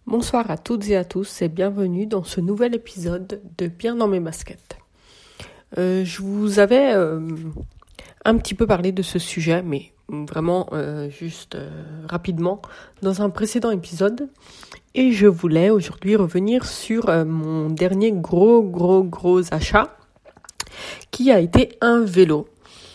Bonsoir à toutes et à tous et bienvenue dans ce nouvel épisode de Bien dans mes baskets. Je vous avais un petit peu parlé de ce sujet, mais vraiment juste rapidement dans un précédent épisode. Et je voulais aujourd'hui revenir sur mon dernier gros achat qui a été un vélo.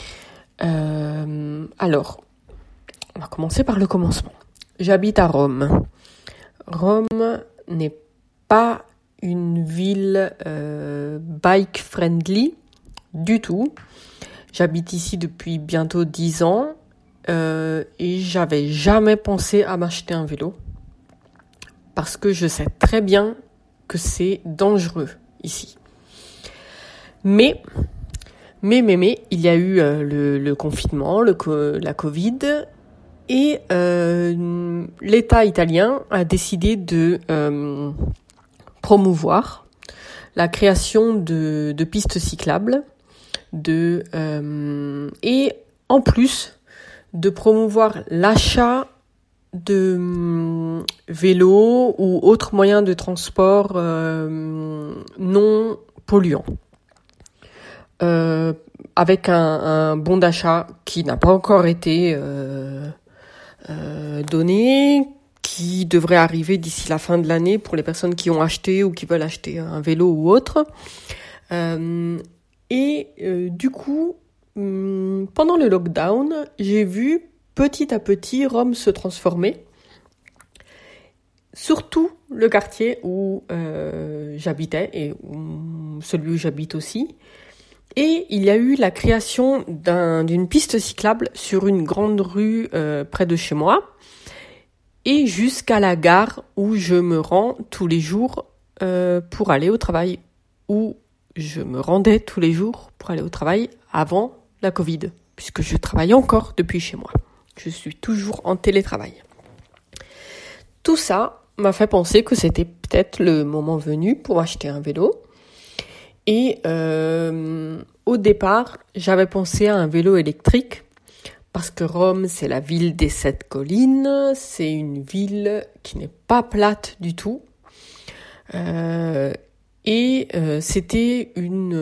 Alors, on va commencer par le commencement. J'habite à Rome. Rome n'est pas une ville bike friendly du tout. J'habite ici depuis bientôt 10 ans et j'avais jamais pensé à m'acheter un vélo parce que je sais très bien que c'est dangereux ici. Mais il y a eu le confinement, la Covid. Et l'État italien a décidé de promouvoir la création de pistes cyclables et en plus de promouvoir l'achat de vélos ou autres moyens de transport non polluants. Avec un bon d'achat qui n'a pas encore été donné, qui devrait arriver d'ici la fin de l'année pour les personnes qui ont acheté ou qui veulent acheter un vélo ou autre. Du coup, pendant le lockdown, j'ai vu petit à petit Rome se transformer. Surtout le quartier où j'habitais et celui où j'habite aussi. Et il y a eu la création d'une piste cyclable sur une grande rue près de chez moi et jusqu'à la gare où je me rends tous les jours pour aller au travail, où je me rendais tous les jours pour aller au travail avant la Covid, puisque je travaille encore depuis chez moi. Je suis toujours en télétravail. Tout ça m'a fait penser que c'était peut-être le moment venu pour m'acheter un vélo. Et au départ, j'avais pensé à un vélo électrique parce que Rome, c'est la ville des 7 collines. C'est une ville qui n'est pas plate du tout. C'était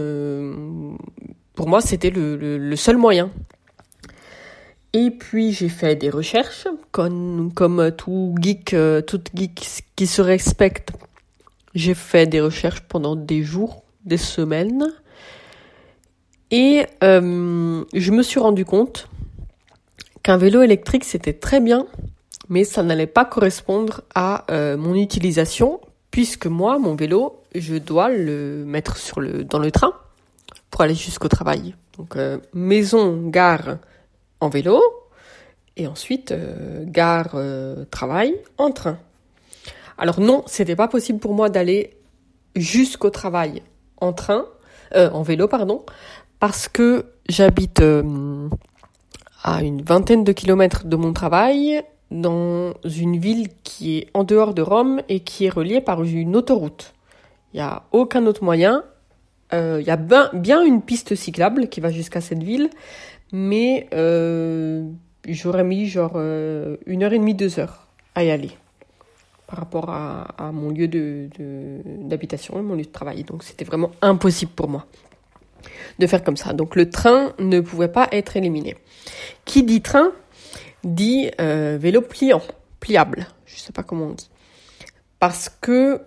pour moi, c'était le seul moyen. Et puis, j'ai fait des recherches, comme toute geek qui se respecte. J'ai fait des recherches pendant des jours, des semaines, et je me suis rendu compte qu'un vélo électrique c'était très bien, mais ça n'allait pas correspondre à mon utilisation, puisque moi, mon vélo, je dois le mettre dans le train pour aller jusqu'au travail. Donc maison, gare en vélo, et ensuite gare, travail en train. Alors non, c'était pas possible pour moi d'aller jusqu'au travail en vélo, parce que j'habite à une vingtaine de kilomètres de mon travail, dans une ville qui est en dehors de Rome et qui est reliée par une autoroute. Il n'y a aucun autre moyen. Il y a bien une piste cyclable qui va jusqu'à cette ville, mais j'aurais mis 1h30, 2 heures à y aller par rapport à mon lieu d'habitation et mon lieu de travail. Donc, c'était vraiment impossible pour moi de faire comme ça. Donc, le train ne pouvait pas être éliminé. Qui dit train, dit vélo pliable. Je ne sais pas comment on dit. Parce que,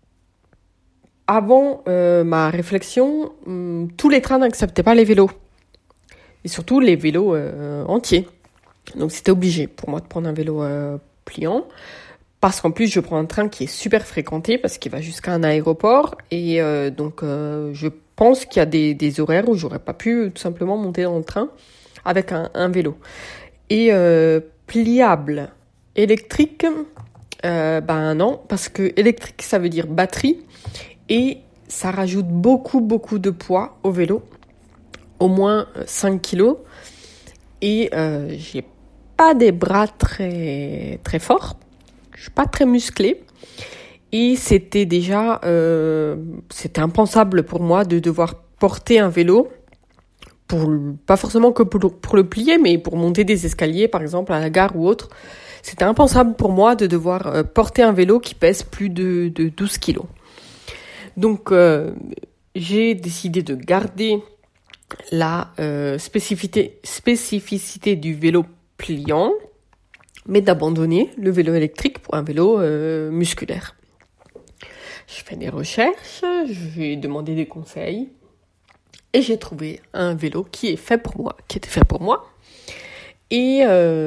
avant ma réflexion, tous les trains n'acceptaient pas les vélos. Et surtout, les vélos entiers. Donc, c'était obligé pour moi de prendre un vélo pliant. Parce qu'en plus, je prends un train qui est super fréquenté parce qu'il va jusqu'à un aéroport. Et donc, je pense qu'il y a des horaires où j'aurais pas pu tout simplement monter dans le train avec un vélo. Et pliable, électrique, non. Parce que électrique, ça veut dire batterie. Et ça rajoute beaucoup de poids au vélo. Au moins 5 kilos. Et j'ai pas des bras très forts. Je suis pas très musclée et c'était déjà c'était impensable pour moi de devoir porter un vélo pas forcément que pour le plier, mais pour monter des escaliers par exemple à la gare ou autre. c'était impensable pour moi de devoir porter un vélo qui pèse plus de 12 kilos. Donc, j'ai décidé de garder la spécificité du vélo pliant, mais d'abandonner le vélo électrique pour un vélo musculaire. Je fais des recherches, j'ai demandé des conseils et j'ai trouvé un vélo qui était fait pour moi. Et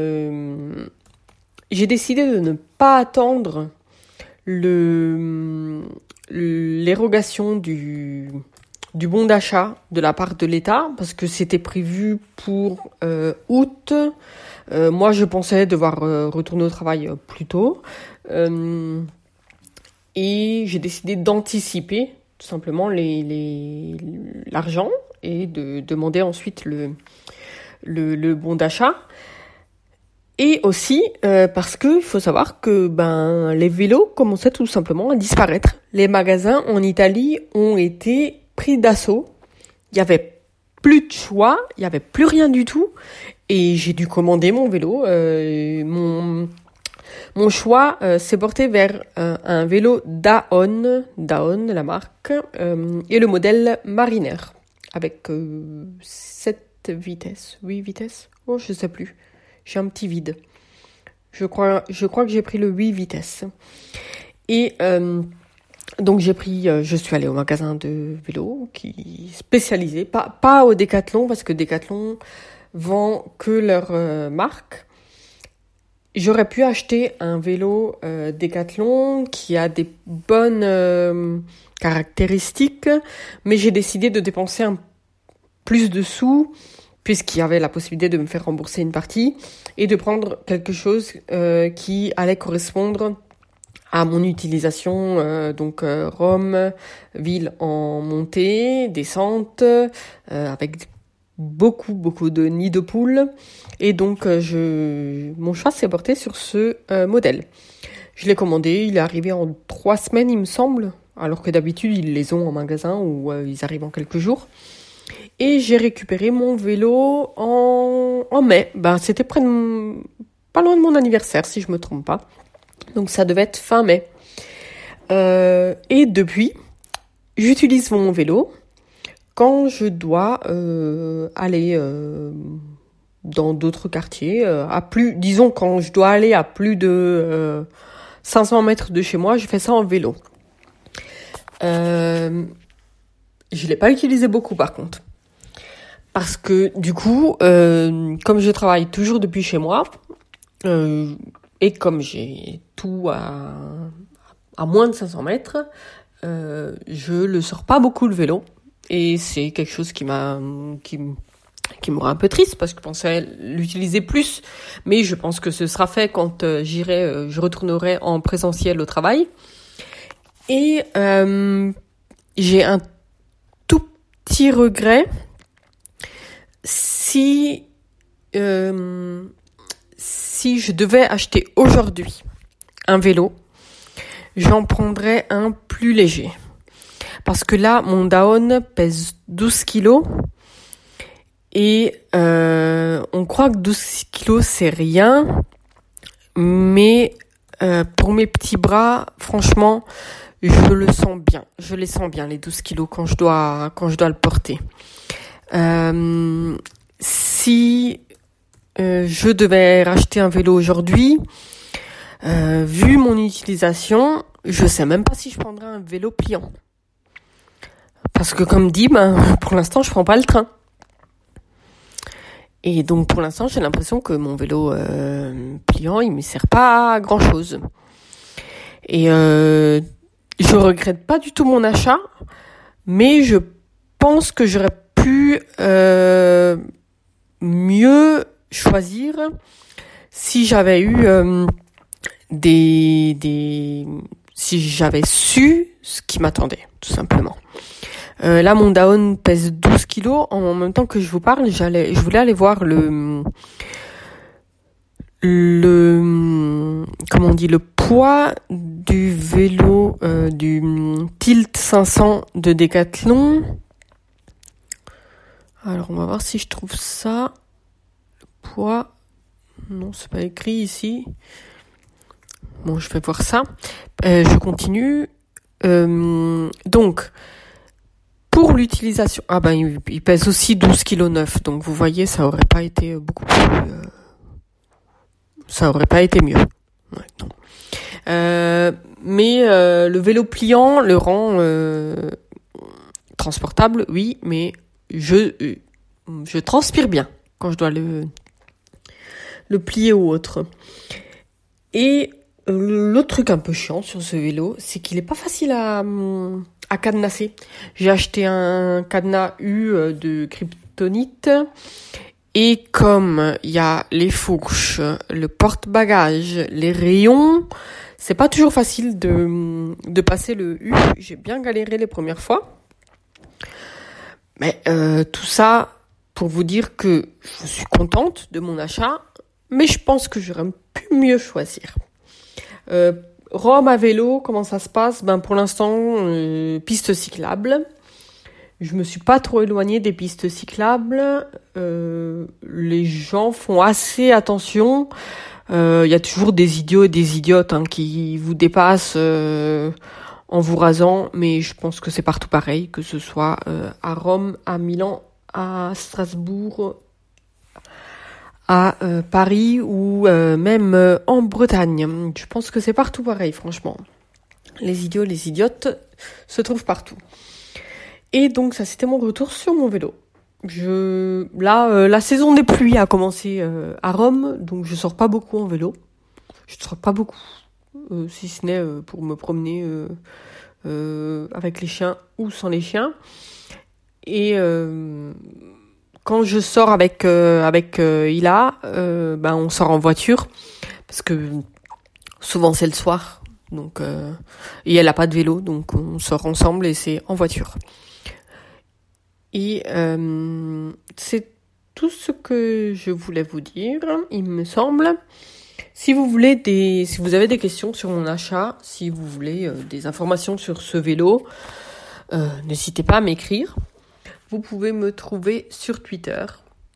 j'ai décidé de ne pas attendre l'érogation du bon d'achat de la part de l'État, parce que c'était prévu pour août. Moi, je pensais devoir retourner au travail plus tôt. Et j'ai décidé d'anticiper tout simplement l'argent et de demander ensuite le bon d'achat. Et aussi parce que il faut savoir que les vélos commençaient tout simplement à disparaître. Les magasins en Italie ont été pris d'assaut. Il y avait plus de choix, il y avait plus rien du tout, et j'ai dû commander mon vélo. Mon choix s'est porté vers un vélo Daon, la marque, et le modèle Mariner avec 7 vitesses, 8 vitesses. Oh, je sais plus. J'ai un petit vide. Je crois que j'ai pris le 8 vitesses. Et donc je suis allée au magasin de vélo qui est spécialisé, pas au Decathlon, parce que Decathlon vend que leur marque. J'aurais pu acheter un vélo Decathlon qui a des bonnes caractéristiques, mais j'ai décidé de dépenser plus de sous, puisqu'il y avait la possibilité de me faire rembourser une partie, et de prendre quelque chose qui allait correspondre à mon utilisation, donc Rome, ville en montée, descente, avec beaucoup de nids de poules, et donc mon choix s'est porté sur ce modèle. Je l'ai commandé, il est arrivé en 3 semaines il me semble, alors que d'habitude ils les ont en magasin ou ils arrivent en quelques jours. Et j'ai récupéré mon vélo en mai. C'était pas loin de mon anniversaire, si je me trompe pas. Donc ça devait être fin mai. Et depuis, j'utilise mon vélo quand je dois aller dans d'autres quartiers. Disons, quand je dois aller à plus de 500 mètres de chez moi, je fais ça en vélo. Je l'ai pas utilisé beaucoup par contre. Parce que du coup, comme je travaille toujours depuis chez moi, et comme j'ai tout à moins de 500 mètres, je le sors pas beaucoup le vélo. Et c'est quelque chose qui me rend un peu triste, parce que je pensais l'utiliser plus. Mais je pense que ce sera fait quand je retournerai en présentiel au travail. Et j'ai un tout petit regret. Si je devais acheter aujourd'hui un vélo, j'en prendrais un plus léger. Parce que là, mon Daon pèse 12 kilos. Et on croit que 12 kilos, c'est rien. Mais pour mes petits bras, franchement, je le sens bien. Je les sens bien, les 12 kilos, quand je dois le porter. Si je devais racheter un vélo aujourd'hui, vu mon utilisation, je sais même pas si je prendrais un vélo pliant. Parce que comme dit, pour l'instant, je prends pas le train. Et donc pour l'instant, j'ai l'impression que mon vélo pliant, il me sert pas à grand chose. Et je regrette pas du tout mon achat, mais je pense que j'aurais pu mieux choisir si j'avais eu si j'avais su ce qui m'attendait, tout simplement. Là, mon Daon pèse 12 kilos. En même temps que je vous parle, je voulais aller voir le poids du vélo du Tilt 500 de Decathlon. Alors, on va voir si je trouve ça. Le poids. Non, c'est pas écrit ici. Bon, je vais voir ça. Je continue. Donc, pour l'utilisation... Ah ben, il pèse aussi 12,9 kg. Donc, vous voyez, ça aurait pas été beaucoup plus... ça aurait pas été mieux. Ouais, non. Mais le vélo pliant le rend transportable, oui, mais je transpire bien quand je dois le plier ou autre. Et l'autre truc un peu chiant sur ce vélo, c'est qu'il est pas facile à cadenasser. J'ai acheté un cadenas U de Kryptonite. Et comme il y a les fourches, le porte-bagages, les rayons, c'est pas toujours facile de passer le U. J'ai bien galéré les premières fois. Mais tout ça pour vous dire que je suis contente de mon achat, mais je pense que j'aurais pu mieux choisir. Rome à vélo, comment ça se passe ? Ben pour l'instant, piste cyclable. Je me suis pas trop éloignée des pistes cyclables. Les gens font assez attention. Il y a toujours des idiots et des idiotes qui vous dépassent en vous rasant, mais je pense que c'est partout pareil, que ce soit à Rome, à Milan, à Strasbourg, à Paris ou même en Bretagne. Je pense que c'est partout pareil, franchement. Les idiots, les idiotes se trouvent partout. Et donc ça, c'était mon retour sur mon vélo. La saison des pluies a commencé à Rome, donc je sors pas beaucoup en vélo. Je sors pas beaucoup, si ce n'est pour me promener avec les chiens ou sans les chiens. Et quand je sors avec Ila, on sort en voiture parce que souvent c'est le soir. Donc et elle a pas de vélo, donc on sort ensemble et c'est en voiture. Et c'est tout ce que je voulais vous dire, il me semble. Si vous avez des questions sur mon achat, si vous voulez des informations sur ce vélo, n'hésitez pas à m'écrire. Vous pouvez me trouver sur Twitter,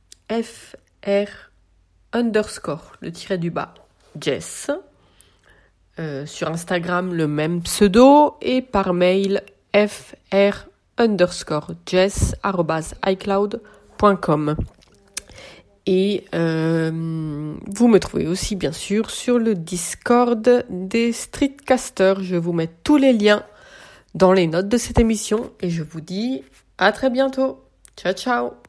@fr_, Jess. Sur Instagram, le même pseudo. Et par mail, fr_jess@icloud.com. Et vous me trouvez aussi, bien sûr, sur le Discord des Streetcasters. Je vous mets tous les liens dans les notes de cette émission. Et je vous dis à très bientôt. Ciao, ciao.